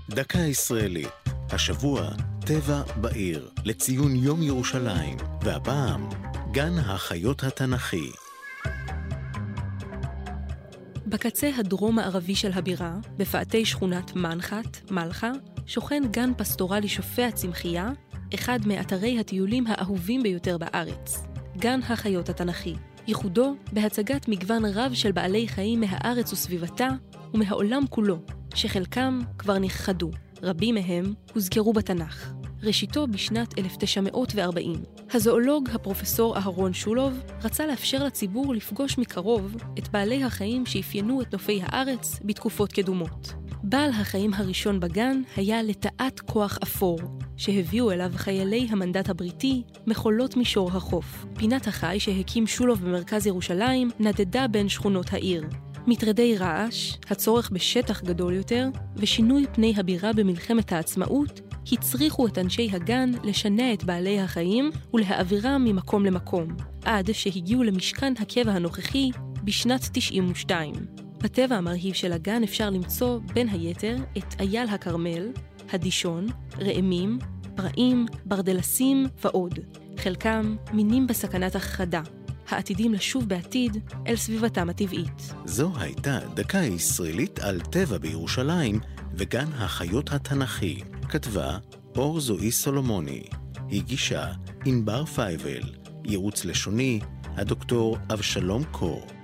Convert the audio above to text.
דקה ישראלית, השבוע טבע בעיר, לציון יום ירושלים, והפעם גן החיות התנ"כי. בקצה הדרום-מערבי של הבירה, בפאתי שכונת מנחת, מלחה, שוכן גן פסטורלי שופע צמחייה, אחד מאתרי הטיולים האהובים ביותר בארץ. גן החיות התנ"כי. ייחודו בהצגת מגוון רב של בעלי חיים מהארץ וסביבתה ומהעולם כולו, שחלקם כבר נכחדו. רבים מהם הוזכרו בתנ"ך. ראשיתו בשנת 1940. הזואולוג הפרופסור אהרון שולוב רצה לאפשר לציבור לפגוש מקרוב את בעלי החיים שאפיינו את נופי הארץ בתקופות קדומות. בעל החיים הראשון בגן היה לטאת כוח אפור, שהביאו אליו חיילי המנדט הבריטי מחולות מישור החוף. פינת החי שהקים שולוב במרכז ירושלים נדדה בין שכונות העיר. מטרדי רעש, הצורך בשטח גדול יותר, ושינוי פני הבירה במלחמת העצמאות, הצריכו את אנשי הגן לשנע את בעלי החיים ולהעבירם ממקום למקום, עד שהגיעו למשכן הקבע הנוכחי בשנת 92. בטבע המרהיב של הגן אפשר למצוא בין היתר את אייל הכרמל, הדישון, רעמים, פראים, ברדלסים ועוד. חלקם מינים בסכנת הכחדה, העתידים לשוב בעתיד אל סביבתם הטבעית. זו הייתה דקה ישראלית על טבע בירושלים וגן החיות התנ"כי. כתבה אור זואי סולומוני. הגישה ענבר פייבל. ייעוץ לשוני הדוקטור אבשלום קור.